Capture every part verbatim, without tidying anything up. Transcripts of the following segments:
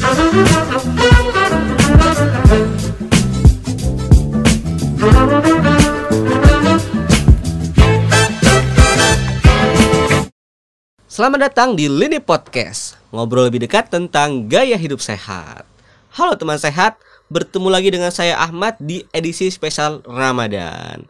Selamat datang di Lini Podcast, ngobrol lebih dekat tentang gaya hidup sehat. Halo teman sehat, bertemu lagi dengan saya Ahmad di edisi spesial Ramadan.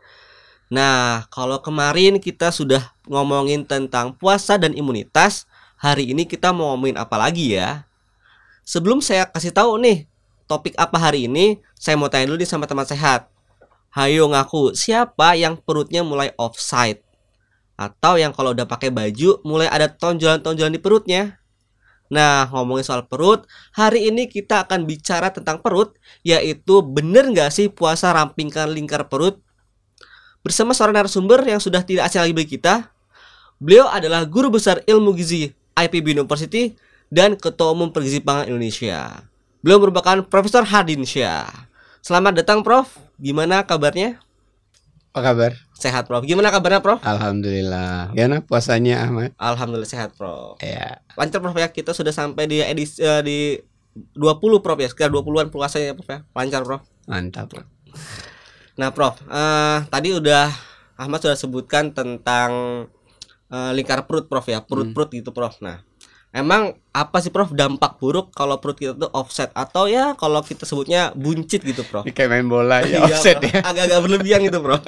Nah, kalau kemarin kita sudah ngomongin tentang puasa dan imunitas, hari ini kita mau ngomongin apa lagi ya? Sebelum saya kasih tahu nih topik apa hari ini, saya mau tanya dulu nih sama teman sehat. Hayo ngaku, siapa yang perutnya mulai offside? Atau yang kalau udah pakai baju mulai ada tonjolan-tonjolan di perutnya. Nah, ngomongin soal perut, hari ini kita akan bicara tentang perut, yaitu bener nggak sih puasa rampingkan lingkar perut? Bersama seorang narasumber yang sudah tidak asing lagi bagi kita. Beliau adalah Guru Besar Ilmu Gizi I P B University dan Ketua Umum Pergizi Pangan Indonesia. Beliau merupakan Profesor Hardinsyah. Selamat datang Prof, gimana kabarnya? Apa kabar? Sehat Prof. Gimana kabarnya Prof? Alhamdulillah. Gimana puasanya Ahmad? Alhamdulillah sehat Prof. Ya. Lancar Prof ya. Kita sudah sampai di edisi uh, di dua puluh Prof ya. Sekitar dua puluhan puasanya Prof ya. Lancar Prof. Mantap Prof. Nah Prof, uh, tadi udah Ahmad sudah sebutkan tentang uh, lingkar perut Prof ya. Perut-perut gitu Prof. Nah, emang apa sih Prof dampak buruk kalau perut kita tuh offset atau ya kalau kita sebutnya buncit gitu Prof? Ini kayak main bola ya, Iya, offset Prof. ya. Agak-agak berlebihan gitu Prof.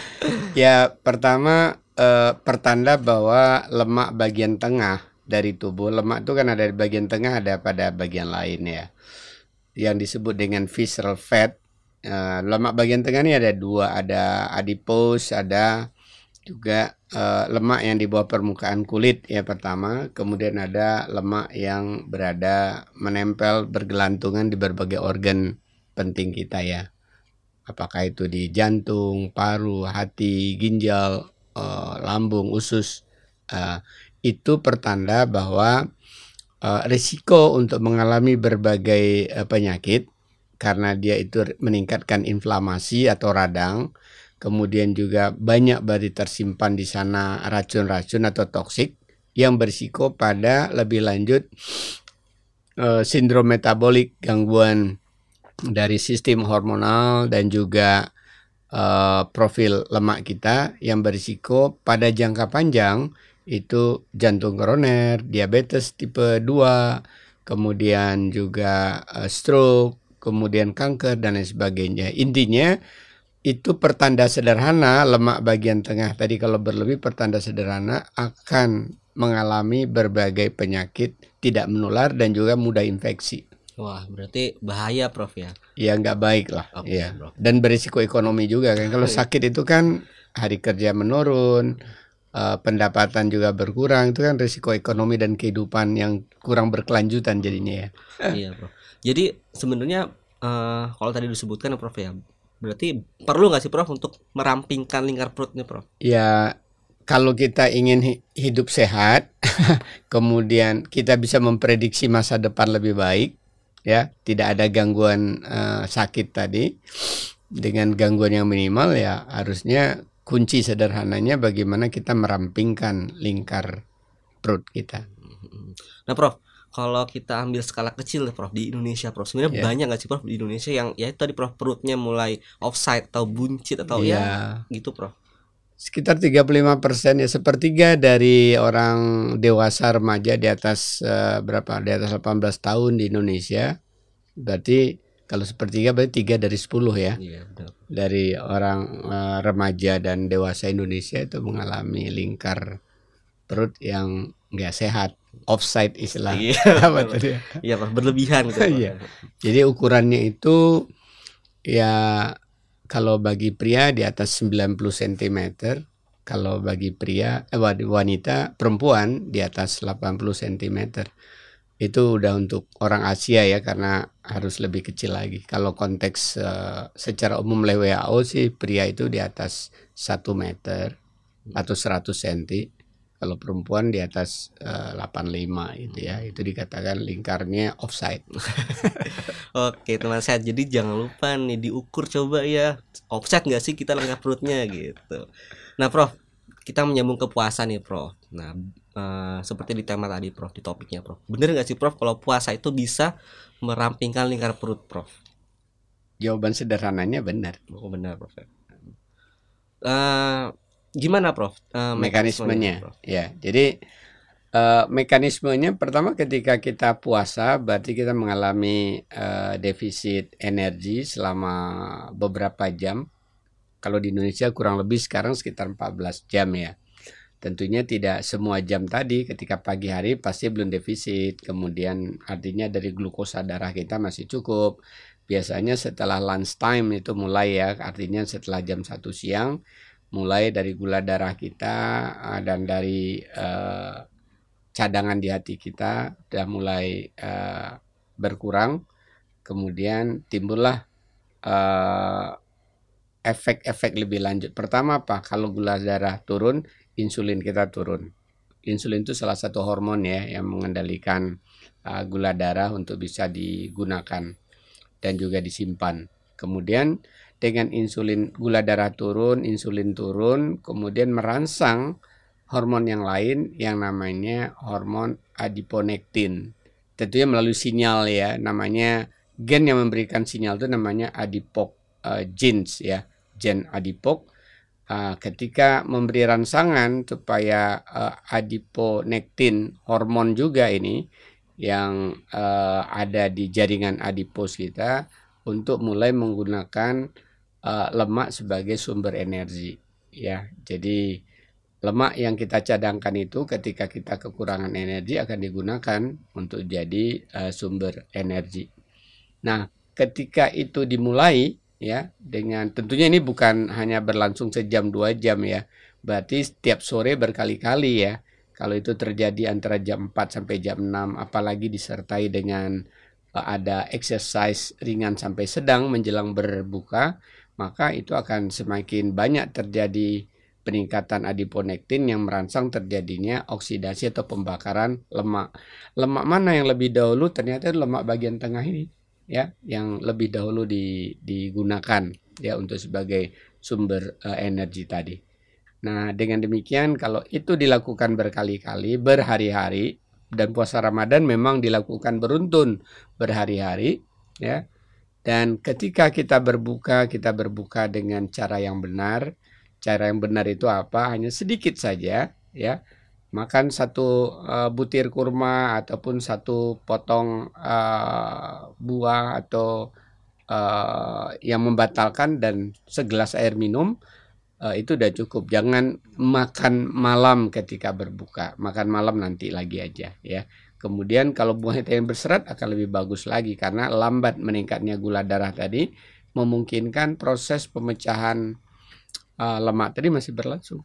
Ya, pertama eh, pertanda bahwa lemak bagian tengah dari tubuh, lemak itu kan ada di bagian tengah, ada pada bagian lain ya. Yang disebut dengan visceral fat. Eh, lemak bagian tengah ini ada dua, ada adipose, ada juga uh, lemak yang di bawah permukaan kulit ya pertama, kemudian ada lemak yang berada menempel bergelantungan di berbagai organ penting kita ya, apakah itu di jantung, paru, hati, ginjal, uh, lambung, usus. Uh, itu pertanda bahwa uh, risiko untuk mengalami berbagai uh, penyakit karena dia itu meningkatkan inflamasi atau radang. Kemudian juga banyak berarti tersimpan di sana racun-racun atau toksik yang berisiko pada lebih lanjut eh, sindrom metabolik, gangguan dari sistem hormonal dan juga eh, profil lemak kita yang berisiko pada jangka panjang itu jantung koroner, diabetes tipe dua, kemudian juga eh, stroke, kemudian kanker dan lain sebagainya. Intinya itu pertanda sederhana lemak bagian tengah tadi kalau berlebih, pertanda sederhana akan mengalami berbagai penyakit tidak menular dan juga mudah infeksi. Wah, berarti bahaya Prof ya. Ya nggak baik lah. Okay, ya. Prof. Dan berisiko ekonomi juga kan. Kalau sakit itu kan hari kerja menurun, uh, pendapatan juga berkurang, itu kan risiko ekonomi dan kehidupan yang kurang berkelanjutan jadinya ya. Iya Prof. Jadi sebenarnya uh, kalau tadi disebutkan Prof ya, berarti perlu nggak sih Prof untuk merampingkan lingkar perutnya Prof? Ya kalau kita ingin hidup sehat, kemudian kita bisa memprediksi masa depan lebih baik, ya tidak ada gangguan uh, sakit tadi, dengan gangguan yang minimal ya harusnya kunci sederhananya bagaimana kita merampingkan lingkar perut kita. Nah Prof, kalau kita ambil skala kecil Prof di Indonesia Prof, sebenarnya yeah. banyak nggak sih Prof di Indonesia yang ya itu tadi Prof perutnya mulai offside atau buncit atau yeah. ya gitu Prof? Sekitar tiga puluh lima persen ya, sepertiga dari orang dewasa remaja di atas uh, berapa di atas delapan belas tahun di Indonesia. Berarti kalau sepertiga berarti tiga dari sepuluh ya. Yeah, betul. Dari orang uh, remaja dan dewasa Indonesia itu mengalami lingkar perut yang nggak sehat, offside istilah. Iya, iya Prof, berlebihan gitu. Iya. Jadi ukurannya itu ya kalau bagi pria di atas sembilan puluh sentimeter, kalau bagi pria eh, wanita perempuan di atas delapan puluh sentimeter. Itu udah untuk orang Asia ya, karena harus lebih kecil lagi. Kalau konteks uh, secara umum oleh W H O sih pria itu di atas satu meter atau seratus sentimeter. Kalau perempuan di atas uh, delapan puluh lima gitu ya, itu dikatakan lingkarnya offside. Oke teman sehat, jadi jangan lupa nih diukur coba ya, offside nggak sih kita lingkar perutnya gitu. Nah Prof, kita menyambung ke puasa nih Prof. Nah uh, seperti di tema tadi Prof, di topiknya Prof, bener nggak sih Prof kalau puasa itu bisa merampingkan lingkar perut, Prof? Jawaban sederhananya benar. Oh, benar, Prof. Uh, gimana, Prof? Uh, mekanismenya, mekanismenya Prof? Ya, jadi uh, mekanismenya pertama ketika kita puasa berarti kita mengalami uh, defisit energi selama beberapa jam. Kalau di Indonesia kurang lebih sekarang sekitar empat belas jam ya. Tentunya tidak semua jam tadi, ketika pagi hari pasti belum defisit. Kemudian artinya dari glukosa darah kita masih cukup. Biasanya setelah lunch time itu mulai ya, artinya setelah jam satu siang mulai dari gula darah kita uh, dan dari uh, cadangan di hati kita sudah mulai uh, berkurang. Kemudian timbullah uh, efek-efek lebih lanjut. Pertama apa? Kalau gula darah turun, insulin kita turun. Insulin itu salah satu hormon ya yang mengendalikan uh, gula darah untuk bisa digunakan dan juga disimpan. Kemudian dengan insulin gula darah turun, insulin turun, kemudian merangsang hormon yang lain yang namanya hormon adiponektin. Tentunya melalui sinyal ya, namanya gen yang memberikan sinyal itu namanya adipok uh, genes ya, gen adipok. Uh, ketika memberi rangsangan supaya uh, adiponektin hormon juga ini yang uh, ada di jaringan adipos kita untuk mulai menggunakan uh, lemak sebagai sumber energi ya. Jadi lemak yang kita cadangkan itu ketika kita kekurangan energi akan digunakan untuk jadi uh, sumber energi. Nah, ketika itu dimulai ya, dengan tentunya ini bukan hanya berlangsung sejam dua jam ya, berarti setiap sore berkali-kali ya. Kalau itu terjadi antara jam empat sampai jam enam, apalagi disertai dengan uh, ada exercise ringan sampai sedang menjelang berbuka, maka itu akan semakin banyak terjadi peningkatan adiponektin yang merangsang terjadinya oksidasi atau pembakaran lemak. Lemak mana yang lebih dahulu? Ternyata lemak bagian tengah ini ya yang lebih dahulu di, digunakan ya untuk sebagai sumber uh, energi tadi. Nah, dengan demikian kalau itu dilakukan berkali-kali berhari-hari dan puasa Ramadan memang dilakukan beruntun berhari-hari ya. Dan ketika kita berbuka, kita berbuka dengan cara yang benar. Cara yang benar itu apa? Hanya sedikit saja ya. Makan satu uh, butir kurma ataupun satu potong uh, buah atau uh, yang membatalkan dan segelas air minum, uh, itu udah cukup. Jangan makan malam ketika berbuka. Makan malam nanti lagi aja ya. Kemudian kalau buah yang berserat akan lebih bagus lagi karena lambat meningkatnya gula darah tadi memungkinkan proses pemecahan uh, lemak tadi masih berlangsung.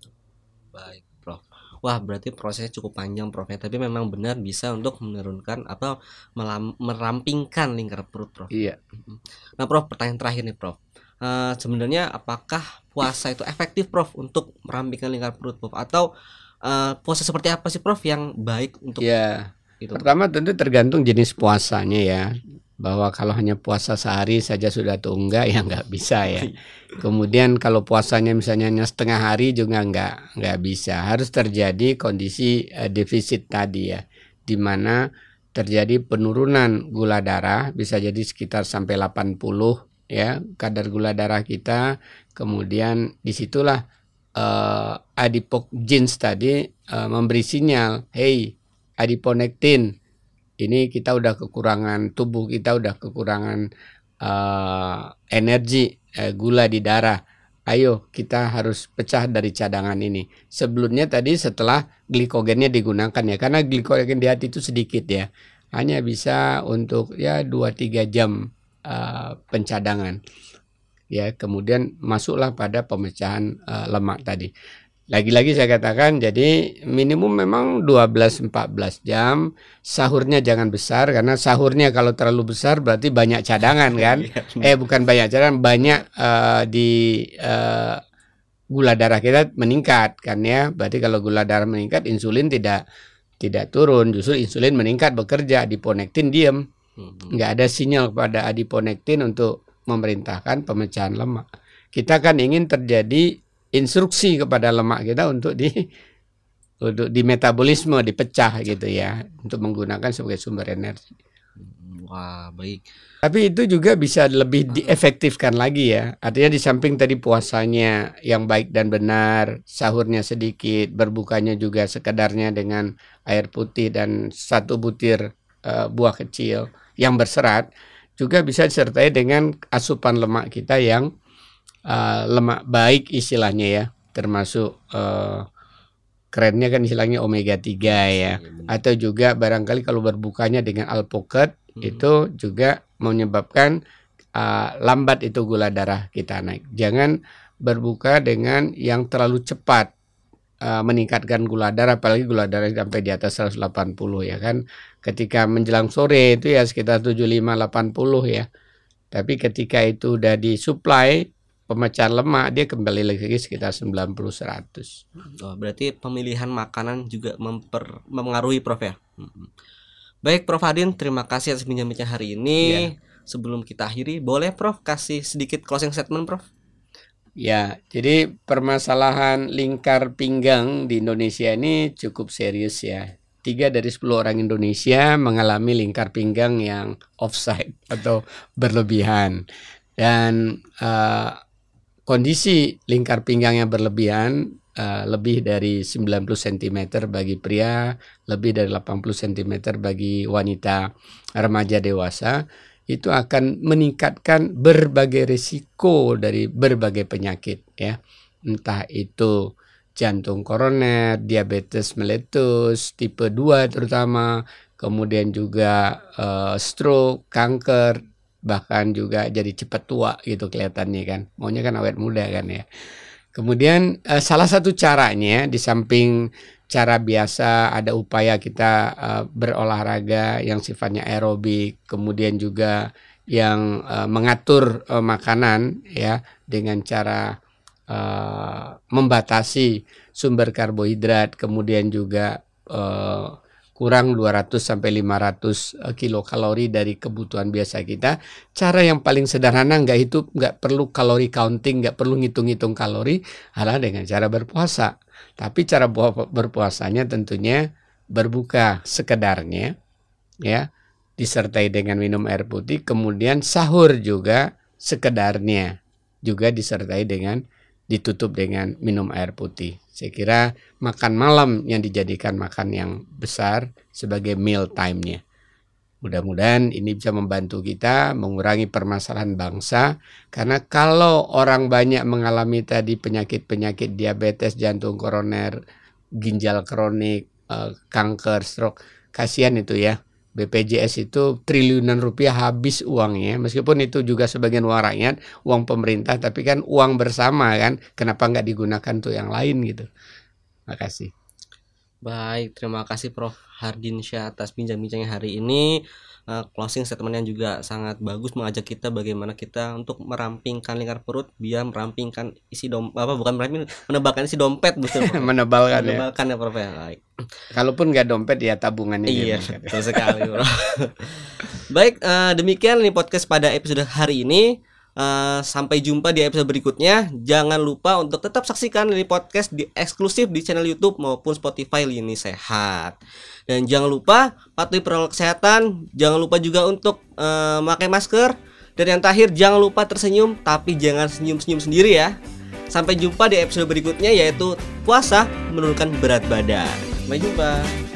Baik, Prof. Wah, berarti prosesnya cukup panjang, Prof. Tapi memang benar bisa untuk menurunkan atau melam, merampingkan lingkar perut, Prof. Iya. Nah, Prof, pertanyaan terakhir nih, Prof. Uh, sebenarnya apakah puasa itu efektif, Prof, untuk merampingkan lingkar perut, Prof? Atau uh, puasa seperti apa sih, Prof, yang baik untuk ya, itu? Pertama tentu tergantung jenis puasanya ya. Bahwa kalau hanya puasa sehari saja sudah tuh enggak ya nggak bisa ya. Kemudian kalau puasanya misalnya hanya setengah hari juga nggak nggak bisa. Harus terjadi kondisi uh, defisit tadi ya, di mana terjadi penurunan gula darah bisa jadi sekitar sampai delapan puluh ya kadar gula darah kita. Kemudian disitulah uh, adipok genes tadi uh, memberi sinyal, hey adiponektin. Ini kita udah kekurangan, tubuh kita udah kekurangan uh, energi, uh, gula di darah. Ayo kita harus pecah dari cadangan ini. Sebelumnya tadi setelah glikogennya digunakan ya, karena glikogen di hati itu sedikit ya. Hanya bisa untuk ya dua tiga jam uh, pencadangan. Ya, kemudian masuklah pada pemecahan uh, lemak tadi. Lagi-lagi saya katakan, jadi minimum memang dua belas sampai empat belas jam. Sahurnya jangan besar, karena sahurnya kalau terlalu besar berarti banyak cadangan kan. eh bukan banyak cadangan, banyak uh, di uh, gula darah kita meningkat kan ya. Berarti kalau gula darah meningkat, insulin tidak tidak turun, justru insulin meningkat bekerja, adiponektin diam. Nggak ada sinyal kepada adiponektin untuk memerintahkan pemecahan lemak. Kita kan ingin terjadi instruksi kepada lemak kita untuk di untuk di metabolisme, dipecah gitu ya, untuk menggunakan sebagai sumber energi. Wah, baik. Tapi itu juga bisa lebih diefektifkan lagi ya. Artinya di samping tadi puasanya yang baik dan benar, sahurnya sedikit, berbukanya juga sekedarnya dengan air putih dan satu butir uh, buah kecil yang berserat, juga bisa disertai dengan asupan lemak kita yang uh, lemak baik istilahnya ya, termasuk uh, kerennya kan istilahnya omega tiga ya. Atau juga barangkali kalau berbukanya dengan alpukat hmm. itu juga menyebabkan uh, lambat itu gula darah kita naik. Jangan berbuka dengan yang terlalu cepat uh, meningkatkan gula darah, apalagi gula darah sampai di atas seratus delapan puluh ya kan. Ketika menjelang sore itu ya sekitar tujuh puluh lima delapan puluh ya. Tapi ketika itu udah disuplai pemecahan lemak, dia kembali lagi sekitar sembilan puluh seratus. Oh, berarti pemilihan makanan juga memper, mempengaruhi Prof ya. Hmm. Baik Prof Hardin, terima kasih atas bincang-bincang hari ini. Yeah. Sebelum kita akhiri, boleh Prof kasih sedikit closing statement Prof? Ya, jadi permasalahan lingkar pinggang di Indonesia ini cukup serius ya. Tiga dari sepuluh orang Indonesia mengalami lingkar pinggang yang offside atau berlebihan. Dan uh, kondisi lingkar pinggang yang berlebihan uh, lebih dari sembilan puluh sentimeter bagi pria, lebih dari delapan puluh sentimeter bagi wanita remaja dewasa, itu akan meningkatkan berbagai risiko dari berbagai penyakit ya. Entah itu jantung koroner, diabetes meletus, tipe dua terutama, kemudian juga uh, stroke, kanker, bahkan juga jadi cepat tua gitu kelihatannya kan, maunya kan awet muda kan ya. Kemudian eh, salah satu caranya di samping cara biasa ada upaya kita eh, berolahraga yang sifatnya aerobik, kemudian juga yang eh, mengatur eh, makanan ya dengan cara eh, membatasi sumber karbohidrat, kemudian juga eh, kurang dua ratus sampai lima ratus kilokalori dari kebutuhan biasa kita. Cara yang paling sederhana, nggak itu nggak perlu kalori counting, nggak perlu ngitung-ngitung kalori, adalah dengan cara berpuasa. Tapi cara berpuasanya tentunya berbuka sekedarnya, ya, disertai dengan minum air putih, kemudian sahur juga sekedarnya, juga disertai dengan ditutup dengan minum air putih. Saya kira makan malam yang dijadikan makan yang besar sebagai meal time-nya. Mudah-mudahan ini bisa membantu kita mengurangi permasalahan bangsa. Karena kalau orang banyak mengalami tadi penyakit-penyakit diabetes, jantung koroner, ginjal kronik, eh, kanker, stroke, kasihan itu ya. B P J S itu triliunan rupiah habis uangnya, meskipun itu juga sebagian uang rakyat, uang pemerintah, tapi kan uang bersama kan, kenapa nggak digunakan untuk yang lain gitu. Makasih. Baik, terima kasih Prof Hardin Syah atas bincang-bincangnya hari ini. Uh, closing statementnya juga sangat bagus, mengajak kita bagaimana kita untuk merampingkan lingkar perut biar merampingkan isi dompet, apa bukan meramping, menebalkan isi dompet betul. Menebalkan, menebalkan ya. ya Prof ya. Baik. Kalaupun nggak dompet ya tabungannya. Iya, betul sekali Bro. Baik, uh, demikian nih podcast pada episode hari ini. Uh, sampai jumpa di episode berikutnya. Jangan lupa untuk tetap saksikan Lini Podcast di eksklusif di channel YouTube maupun Spotify Lini Sehat. Dan jangan lupa patuhi protokol kesehatan. Jangan lupa juga untuk uh, memakai masker. Dan yang terakhir, jangan lupa tersenyum, tapi jangan senyum-senyum sendiri ya. Sampai jumpa di episode berikutnya, yaitu puasa menurunkan berat badan. Sampai jumpa.